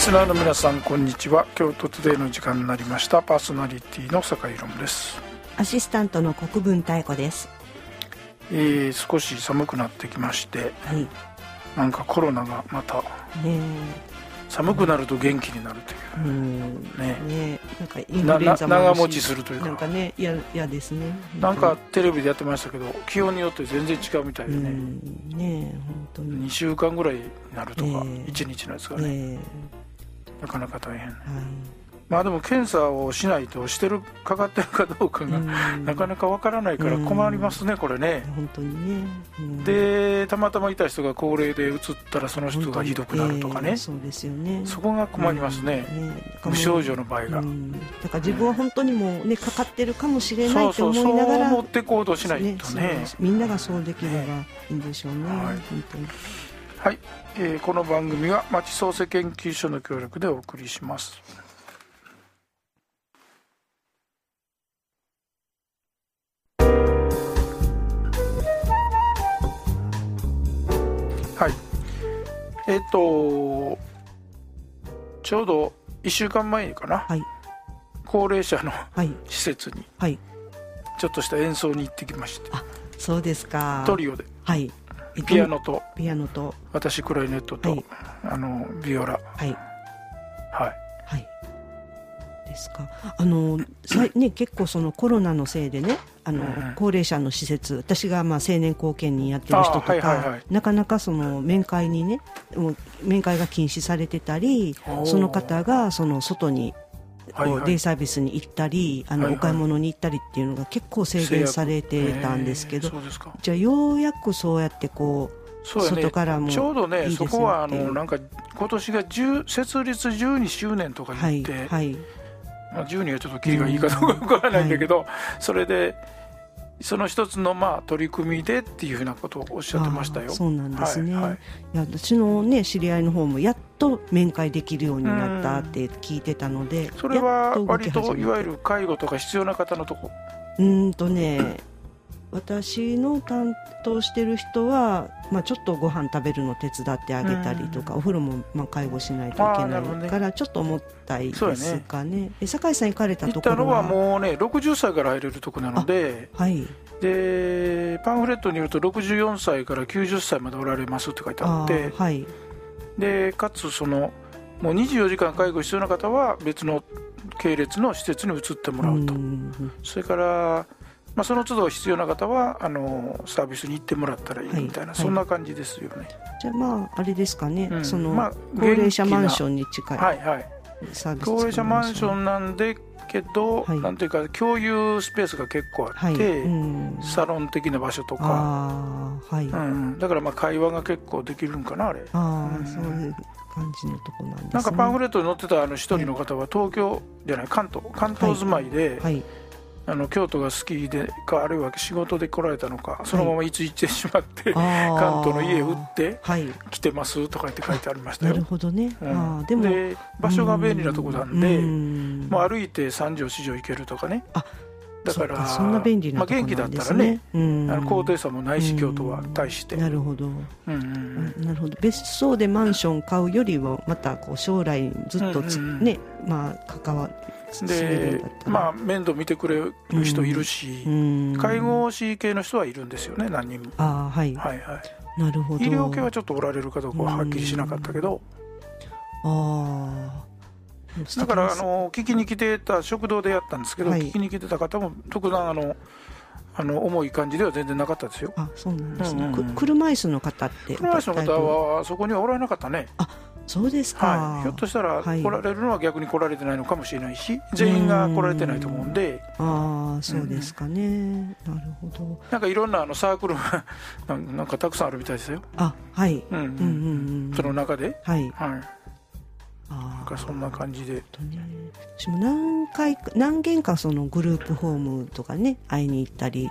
スナーの皆さんこんにちは。京都トゥデイの時間になりました。パーソナリティの坂井宏です。 アシスタントの国分太子です。 少し寒くなってきまして、 はい、 なんかコロナがまた、寒くなると元気になるという、 なんかインフルエンザも長持ちするというか、 なんかね、嫌ですね。 なんかテレビでやってましたけど、気温によって全然違うみたいでね、 本当に 2週間ぐらいになるとか、1日のやつがね、なかなか大変、まあでも検査をしないとかかってるかどうかがなかなかわからないから困りますね、これね。 本当にね、 でたまたまいた人が高齢でうつったらその人がひどくなるとかね、 そうですよね。 そこが困りますね、無症状の場合が、 だから自分は本当にもうね、かかってるかもしれないと思いながら、 そう持って行動しないとね、 みんながそうできればいいんでしょうね、本当に。 はい、この番組は町創生研究所の協力でお送りします。はい、ちょうど1週間前かな、高齢者の、施設に、ちょっとした演奏に行ってきまして。 あ、そうですか。 トリオで、ピアノと私クラリネットと、ビオラ、 ですか。結構そのコロナのせいでね、高齢者の施設、私が青年後見人やってる人とか、なかなかその面会にね、面会が禁止されてたり、その方がその外にデイサービスに行ったり、お買い物に行ったりっていうのが結構制限されてたんですけど、じゃあようやくそうやってこう、外からもいいですよって。 ちょうどね、そこはなんか今年が設立12周年とか言って、12はちょっとキリがいいかどうかわからないんだけど、それでその一つの取り組みでっていうふうなことをおっしゃってましたよ。 そうなんですね。いや、私のね、知り合いの方もやっと面会できるようになったって聞いてたので、 それは割といわゆる介護とか必要な方のとこ。 私の担当してる人は、ちょっとご飯食べるの手伝ってあげたりとか、お風呂も介護しないといけないからちょっと重たいですかね。酒井さん行かれたところは？ 行ったのはもうね、60歳から入れるとこなので、でパンフレットによると64歳から90歳までおられますって書いてあって、でかつもう24時間介護必要な方は別の系列の施設に移ってもらうと、それからその都度必要な方はサービスに行ってもらったらいいみたいな、そんな感じですよね。 じゃああれですかね、その高齢者マンションに近いサービス、 高齢者マンションなんでけど、なんていうか共有スペースが結構あって、サロン的な場所とか、だから会話が結構できるんかな、あれ。 そういう感じのとこなんですね。 なんかパンフレットに載ってた一人の方は東京じゃない、関東住まいで、京都が好きでか、あるいは仕事で来られたのか、そのままいつ行ってしまって、関東の家売って来てますとかって書いてありましたよ。 なるほどね。 で場所が便利なとこなんで、もう歩いて3畳4畳行けるとかね。だからそんな便利なとこなんですね。 元気だったらね、高低差もないし、京都は対して。 なるほど、なるほど。別荘でマンション買うよりはまた将来ずっと関わで面倒見てくれる人いるし、介護士系の人はいるんですよね、何人も。なるほど。医療系はちょっとおられるかどうかははっきりしなかったけど、だから聞きに来てた、食堂でやったんですけど、聞きに来てた方も特段重い感じでは全然なかったですよ。 そうなんですね。車椅子の方って、 車椅子の方はそこにはおられなかったね。 そうですか。 ひょっとしたら来られるのは逆に来られてないのかもしれないし、全員が来られてないと思うんで。 そうですかね。なるほど。 なんかいろんなサークルがなんかたくさんあるみたいですよ。その中で、なんかそんな感じで。 私も何軒かそのグループホームとかね、会いに行ったり、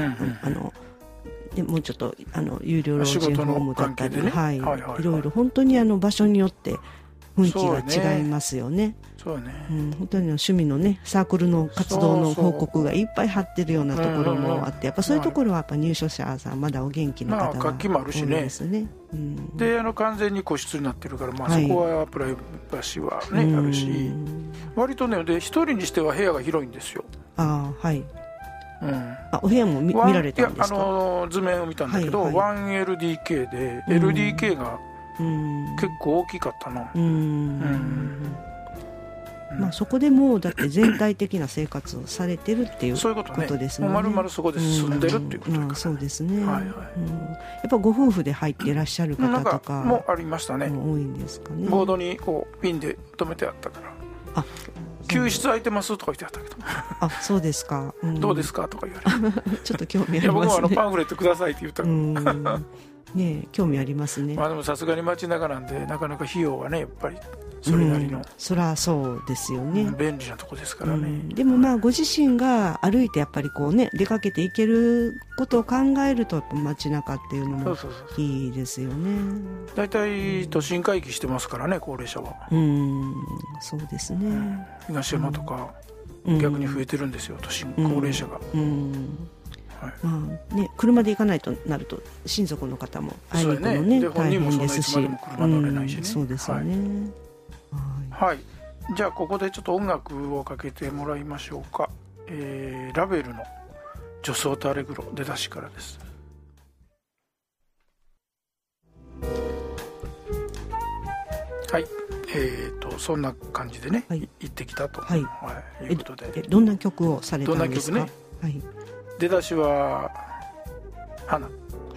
でもうちょっと有料老人ホームだったり、いろいろ本当に場所によって雰囲気が違いますよね。 そうね、 本当に趣味のねサークルの活動の報告がいっぱい貼ってるようなところもあって、やっぱそういうところはやっぱ入所者さんまだお元気な方が活気もあるしね。で完全に個室になってるから、そこはプライバシーはね、あるし、割とねで一人にしては部屋が広いんですよ。 お部屋も見られたんですか？ 図面を見たんだけど、1LDK で LDK が結構大きかったな。 そこでもうだって全体的な生活をされてるっていうことですね。 まるまるそこで住んでるっていうことだから、 そうですね。やっぱご夫婦で入っていらっしゃる方とかもありましたね。 多いんですかね。 ボードにこうピンで留めてあったから、休室空いてますとか言ってあったけど、 そうですか、 どうですかとか言われる。 ちょっと興味ありますね。 僕もパンフレットくださいって言ったからね、興味ありますね。 でもさすがに街中なんでなかなか費用はねやっぱりそれなりの、 そりゃそうですよね。 便利なとこですからね。 でもご自身が歩いてやっぱりこうね出かけていけることを考えるとやっぱ街中っていうのもいいですよね。 だいたい都心回帰してますからね高齢者は。 そうですね。 東山とか逆に増えてるんですよ、都心高齢者が。 車で行かないとなると親族の方も会いに行くのね大変ですし、そうですよね。 じゃあここでちょっと音楽をかけてもらいましょうか。ラベルの女装とアレグロ出だしからです。そんな感じでね、行ってきたということで。 どんな曲をされたんですか？ どんな曲ね。出だしは花、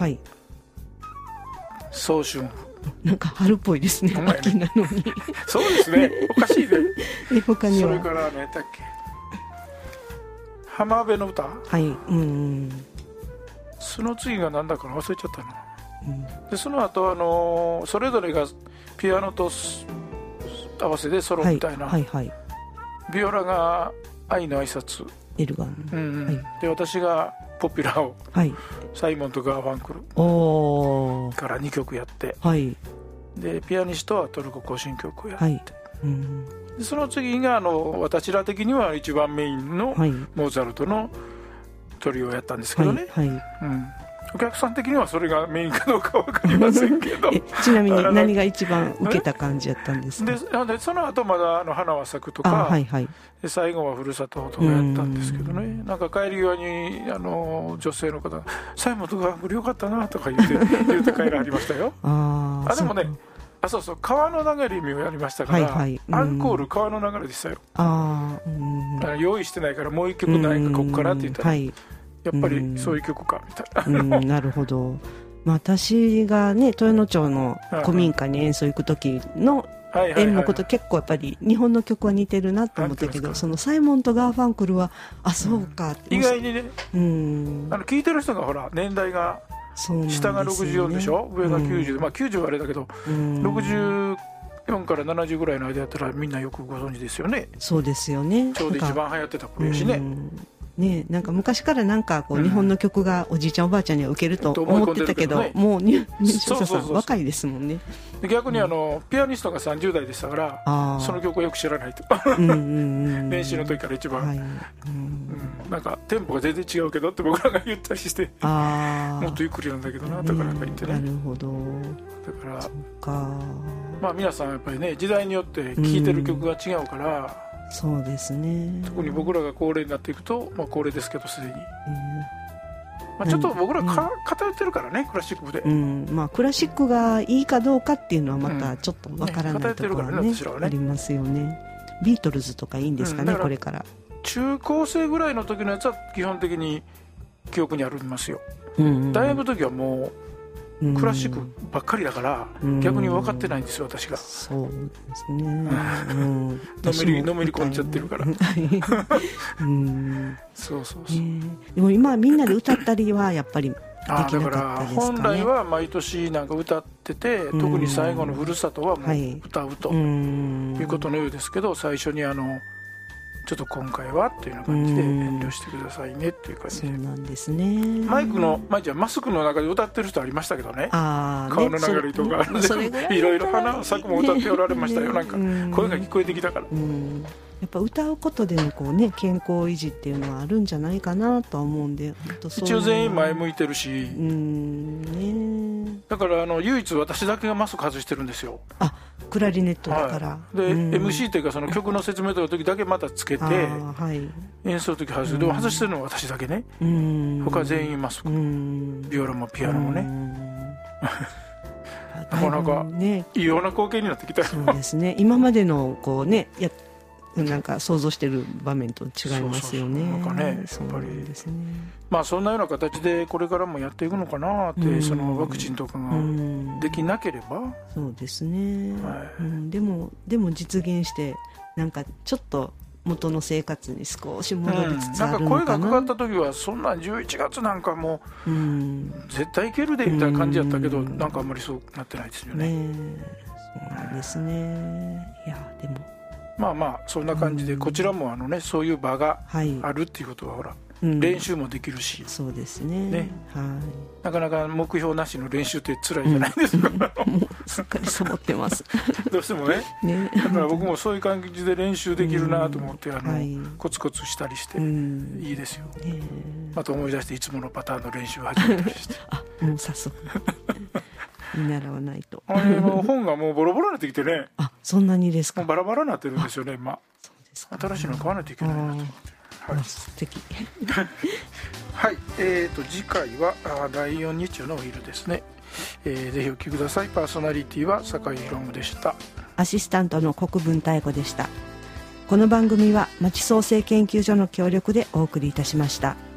早春、 なんか春っぽいですね。秋なのに。 そうですね。おかしいね。 他にはそれから何やったっけ、浜辺の歌。その次が何だか忘れちゃったな。でその後それぞれがピアノと合わせでソロみたいな。ビオラが愛の挨拶、 エルガン、 で私がポピュラーを、サイモンとガーファンクルから2曲やって、でピアニストはトルコ行進曲をやって、でその次が私ら的には一番メインのモーツァルトのトリをやったんですけどね。お客さん的にはそれがメインかどうか分かりませんけどちなみに何が一番受けた感じやったんですか？ でその後まだ花は咲くとか、で最後はふるさととかやったんですけどね。なんか帰り際に女性の方がサイモンとガーフルよかったなとか言って帰らはりましたよ。でもね、そうそう、川の流れ見をやりましたから、アンコール川の流れでしたよ。用意してないからもう一曲ないかここからって言ったら、やっぱりそういう曲かみたいな。 なるほど。私がね豊野町の古民家に演奏行く時の演目と結構やっぱり日本の曲は似てるなと思ったけど、そのサイモンとガーファンクルはそうかって、 意外にね、聞いてる人がほら年代が下が64でしょ、上が90で、90はあれだけど、64から70ぐらいの間やったらみんなよくご存知ですよね。 そうですよね。 ちょうど一番流行ってた頃やしね。 なんか昔からなんかこう日本の曲がおじいちゃんおばあちゃんにはウケると思ってたけど、もう入所者さん若いですもんね。 逆にピアニストが30代でしたから、その曲をよく知らないと。練習の時から一番なんかテンポが全然違うけどって僕らが言ったりして、もっとゆっくりなんだけどなとかなんか言ってね。 なるほど。 だから皆さんやっぱりね時代によって聴いてる曲が違うから。 そうですね。 特に僕らが高齢になっていくと、高齢ですけどすでに、ちょっと僕ら偏ってるからね、クラシック部で、 クラシックがいいかどうかっていうのはまたちょっとわからないところがね、ありますよね。ビートルズとかいいんですかね、これから中高生ぐらいの時のやつは基本的に記憶にありますよ。大学の時はもうクラシックばっかりだから逆に分かってないんですよ、私が。 そうですね。 のめり込んじゃってるからそうでも今みんなで歌ったりはやっぱりできなかったですかね。 だから本来は毎年なんか歌ってて、特に最後のふるさとはもう歌うということのようですけど、最初にちょっと今回はというような感じで遠慮してくださいねっていう感じで。 そうなんですね。 マスクの中で歌ってる人ありましたけどね、 顔の流れとか、いろいろ花咲くも歌っておられましたよ。なんか声が聞こえてきたから、 やっぱ歌うことでのこう、ね、健康維持っていうのはあるんじゃないかなとは思うんで、 一応全員前向いてるし、だから唯一私だけがマスク外してるんですよ。 クラリネットだから、 で MC っていうかその曲の説明とかの時だけまたつけて、演奏の時外す。でも外してるのは私だけね、他全員マスク、ビオラもピアノもね。なかなか異様な光景になってきたよ。 そうですね、今までのこうねなんか想像してる場面と違いますよね。 なんかね、やっぱりそんなような形でこれからもやっていくのかなって、そのワクチンとかができなければ。 そうですね、でも実現してなんかちょっと元の生活に少し戻りつつあるのかな。なんか声がかかった時はそんな11月なんかもう絶対いけるでみたいな感じやったけど、なんかあんまりそうなってないですよね。 そうなんですね。いやでもそんな感じで、こちらもそういう場があるっていうことはほら、練習もできるし、 そうですね、 なかなか目標なしの練習って辛いじゃないですか。 もうすっかりサボってますどうしてもね。だから僕もそういう感じで練習できるなと思って、コツコツしたりしていいですよ。また思い出していつものパターンの練習を始めたりしてもう早速見習わないと。 本がもうボロボロになってきてね。 そんなにですか。 もうバラバラになってるんですよね今。新しいの買わないといけないなと思って。 素敵はい、次回は第4日曜のお昼ですね。ぜひお聞きください。パーソナリティは坂井宏夢でした。 アシスタントの国分妙子でした。この番組は町創生研究所の協力でお送りいたしました。